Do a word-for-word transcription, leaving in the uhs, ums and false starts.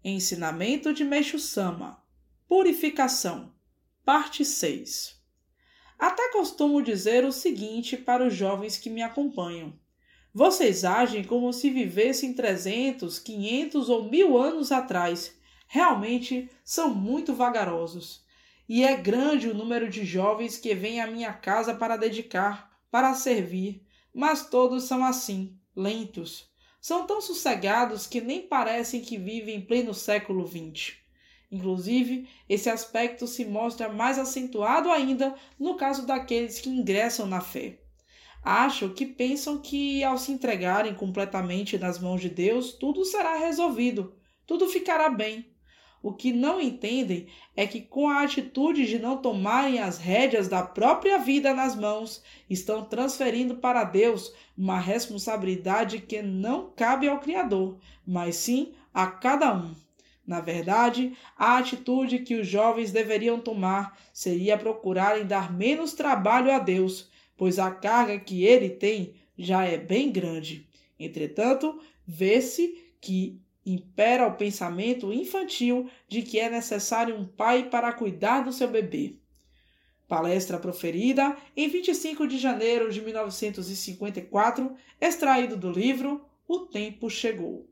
Ensinamento de Meixo Sama. Purificação. Parte seis. Até costumo dizer o seguinte para os jovens que me acompanham. Vocês agem como se vivessem trezentos, quinhentos ou mil anos atrás. Realmente são muito vagarosos. E é grande o número de jovens que vêm à minha casa para dedicar, para servir, mas todos são assim, lentos. São tão sossegados que nem parecem que vivem em pleno século vinte. Inclusive, esse aspecto se mostra mais acentuado ainda no caso daqueles que ingressam na fé. Acho que pensam que, ao se entregarem completamente nas mãos de Deus, tudo será resolvido, tudo ficará bem. O que não entendem é que, com a atitude de não tomarem as rédeas da própria vida nas mãos, estão transferindo para Deus uma responsabilidade que não cabe ao Criador, mas sim a cada um. Na verdade, a atitude que os jovens deveriam tomar seria procurarem dar menos trabalho a Deus, pois a carga que ele tem já é bem grande. Entretanto, vê-se que impera o pensamento infantil de que é necessário um pai para cuidar do seu bebê. Palestra proferida em vinte e cinco de janeiro de mil novecentos e cinquenta e quatro, extraído do livro O Tempo Chegou.